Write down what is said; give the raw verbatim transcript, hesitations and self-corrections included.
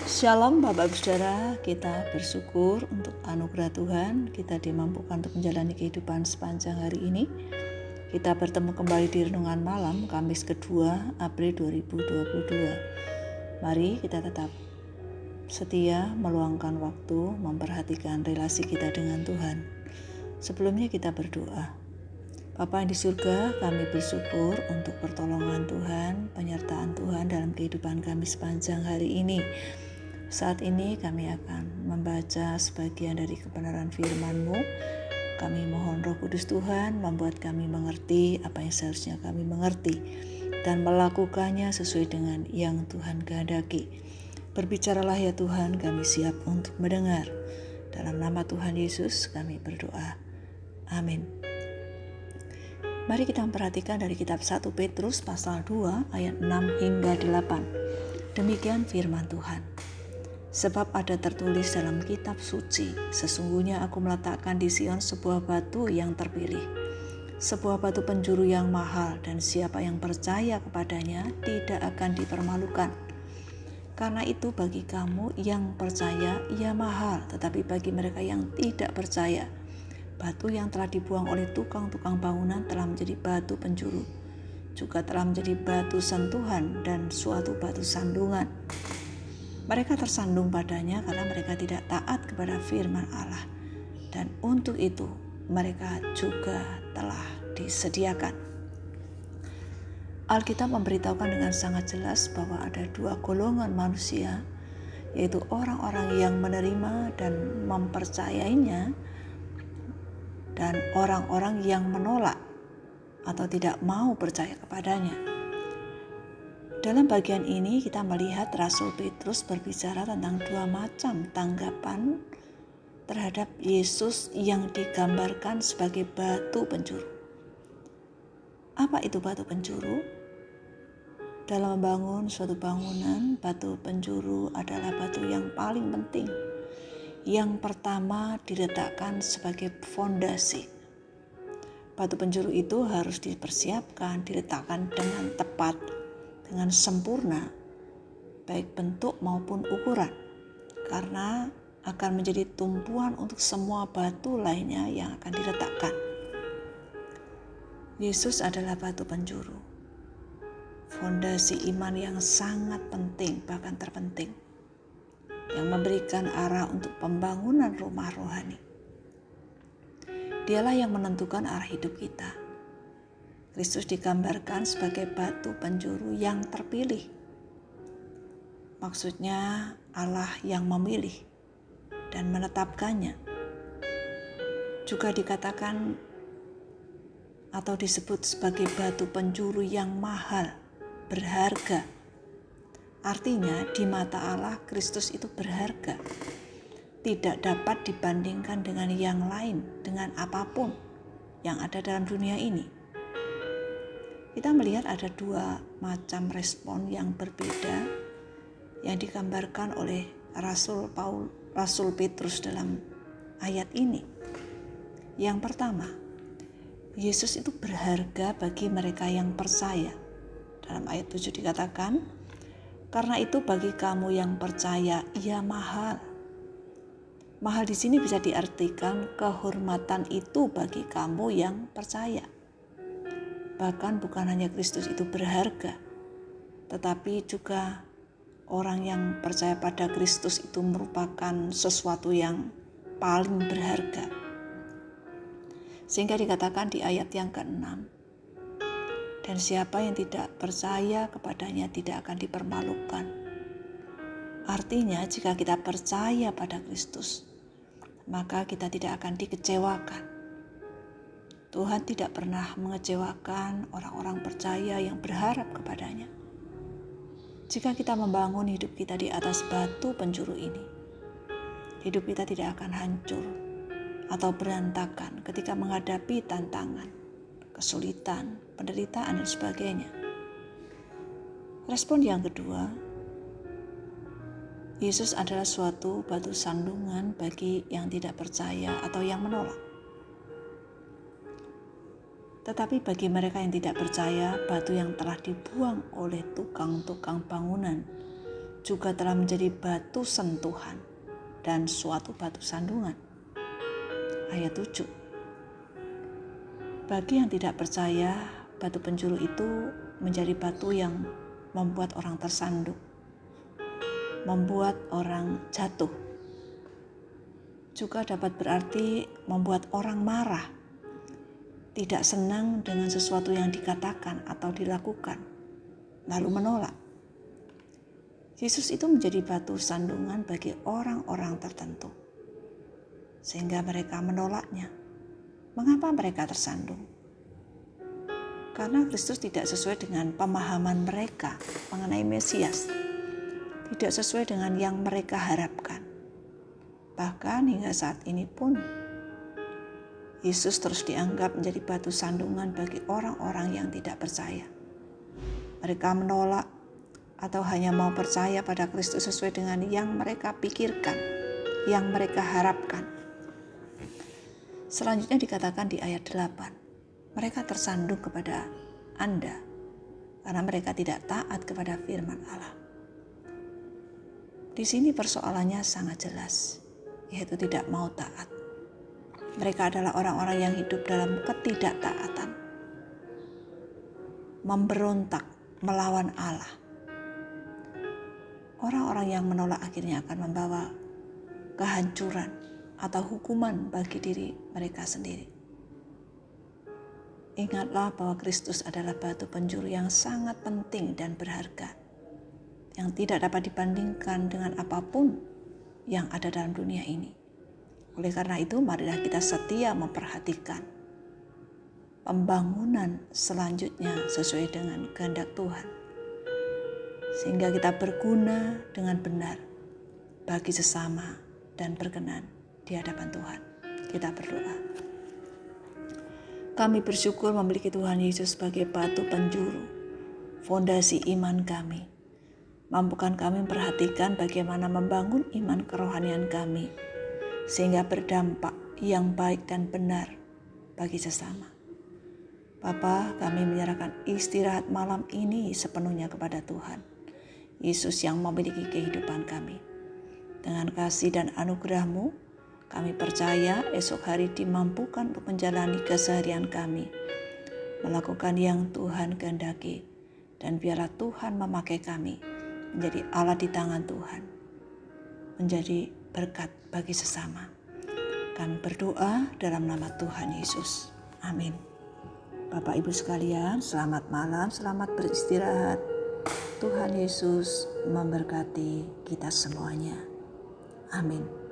Shalom Bapak Ibu Saudara, kita bersyukur untuk anugerah Tuhan, kita dimampukan untuk menjalani kehidupan sepanjang hari ini. Kita bertemu kembali di Renungan Malam, Kamis kedua April dua ribu dua puluh dua. Mari kita tetap setia meluangkan waktu memperhatikan relasi kita dengan Tuhan. Sebelumnya kita berdoa. Bapa yang di surga, kami bersyukur untuk pertolongan Tuhan, penyertaan Tuhan dalam kehidupan kami sepanjang hari ini. Saat ini kami akan membaca sebagian dari kebenaran firman-Mu. Kami mohon Roh Kudus Tuhan membuat kami mengerti apa yang seharusnya kami mengerti dan melakukannya sesuai dengan yang Tuhan kehendaki. Berbicaralah ya Tuhan, kami siap untuk mendengar. Dalam nama Tuhan Yesus kami berdoa. Amin. Mari kita memperhatikan dari kitab satu Petrus pasal dua ayat enam hingga delapan. Demikian firman Tuhan. Sebab ada tertulis dalam kitab suci, sesungguhnya aku meletakkan di Sion sebuah batu yang terpilih, sebuah batu penjuru yang mahal, dan siapa yang percaya kepadanya tidak akan dipermalukan. Karena itu bagi kamu yang percaya ia mahal, tetapi bagi mereka yang tidak percaya, batu yang telah dibuang oleh tukang-tukang bangunan telah menjadi batu penjuru, juga telah menjadi batu sentuhan dan suatu batu sandungan. Mereka tersandung padanya karena mereka tidak taat kepada firman Allah, dan untuk itu mereka juga telah disediakan. Alkitab memberitahukan dengan sangat jelas bahwa ada dua golongan manusia, yaitu orang-orang yang menerima dan mempercayainya, dan orang-orang yang menolak atau tidak mau percaya kepadanya. Dalam bagian ini kita melihat Rasul Petrus berbicara tentang dua macam tanggapan terhadap Yesus yang digambarkan sebagai batu penjuru. Apa itu batu penjuru? Dalam membangun suatu bangunan, batu penjuru adalah batu yang paling penting. Yang pertama diletakkan sebagai fondasi. Batu penjuru itu harus dipersiapkan, diletakkan dengan tepat, dengan sempurna, baik bentuk maupun ukuran, karena akan menjadi tumpuan untuk semua batu lainnya yang akan diletakkan. Yesus adalah batu penjuru, fondasi iman yang sangat penting, bahkan terpenting, yang memberikan arah untuk pembangunan rumah rohani. Dialah yang menentukan arah hidup kita. Kristus digambarkan sebagai batu penjuru yang terpilih. Maksudnya Allah yang memilih dan menetapkannya. Juga dikatakan atau disebut sebagai batu penjuru yang mahal, berharga. Artinya di mata Allah Kristus itu berharga. Tidak dapat dibandingkan dengan yang lain, dengan apapun yang ada dalam dunia ini. Kita melihat ada dua macam respon yang berbeda yang digambarkan oleh Rasul Paul, Rasul Petrus dalam ayat ini. Yang pertama, Yesus itu berharga bagi mereka yang percaya. Dalam ayat tujuh dikatakan, karena itu bagi kamu yang percaya ia mahal. Mahal di sini bisa diartikan kehormatan itu bagi kamu yang percaya. Bahkan bukan hanya Kristus itu berharga, tetapi juga orang yang percaya pada Kristus itu merupakan sesuatu yang paling berharga. Sehingga dikatakan di ayat yang keenam, dan siapa yang tidak percaya kepadanya tidak akan dipermalukan. Artinya jika kita percaya pada Kristus, maka kita tidak akan dikecewakan. Tuhan tidak pernah mengecewakan orang-orang percaya yang berharap kepadanya. Jika kita membangun hidup kita di atas batu penjuru ini, hidup kita tidak akan hancur atau berantakan ketika menghadapi tantangan, kesulitan, penderitaan, dan sebagainya. Respon yang kedua, Yesus adalah suatu batu sandungan bagi yang tidak percaya atau yang menolak. Tetapi bagi mereka yang tidak percaya, batu yang telah dibuang oleh tukang-tukang bangunan juga telah menjadi batu sentuhan dan suatu batu sandungan. Ayat tujuh. Bagi yang tidak percaya, batu penjuru itu menjadi batu yang membuat orang tersandung, membuat orang jatuh. Juga dapat berarti membuat orang marah, tidak senang dengan sesuatu yang dikatakan atau dilakukan, lalu menolak. Yesus itu menjadi batu sandungan bagi orang-orang tertentu, sehingga mereka menolaknya. Mengapa mereka tersandung? Karena Kristus tidak sesuai dengan pemahaman mereka mengenai Mesias, tidak sesuai dengan yang mereka harapkan. Bahkan hingga saat ini pun, Yesus terus dianggap menjadi batu sandungan bagi orang-orang yang tidak percaya. Mereka menolak atau hanya mau percaya pada Kristus sesuai dengan yang mereka pikirkan, yang mereka harapkan. Selanjutnya dikatakan di ayat delapan, mereka tersandung kepada Anda karena mereka tidak taat kepada firman Allah. Di sini persoalannya sangat jelas, yaitu tidak mau taat. Mereka adalah orang-orang yang hidup dalam ketidaktaatan, memberontak, melawan Allah. Orang-orang yang menolak akhirnya akan membawa kehancuran atau hukuman bagi diri mereka sendiri. Ingatlah bahwa Kristus adalah batu penjuru yang sangat penting dan berharga, yang tidak dapat dibandingkan dengan apapun yang ada dalam dunia ini. Oleh karena itu, marilah kita setia memperhatikan pembangunan selanjutnya sesuai dengan kehendak Tuhan, sehingga kita berguna dengan benar bagi sesama dan berkenan di hadapan Tuhan. Kita berdoa. Kami bersyukur memiliki Tuhan Yesus sebagai batu penjuru, fondasi iman kami. Mampukan kami memperhatikan bagaimana membangun iman kerohanian kami, sehingga berdampak yang baik dan benar bagi sesama. Bapa, kami menyerahkan istirahat malam ini sepenuhnya kepada Tuhan Yesus yang memiliki kehidupan kami. Dengan kasih dan anugerah-Mu, kami percaya esok hari dimampukan untuk menjalani keseharian kami, melakukan yang Tuhan kehendaki, dan biarlah Tuhan memakai kami menjadi alat di tangan Tuhan, menjadi berkat bagi sesama. Kami berdoa dalam nama Tuhan Yesus. Amin. Bapak Ibu sekalian, selamat malam, selamat beristirahat. Tuhan Yesus memberkati kita semuanya. Amin.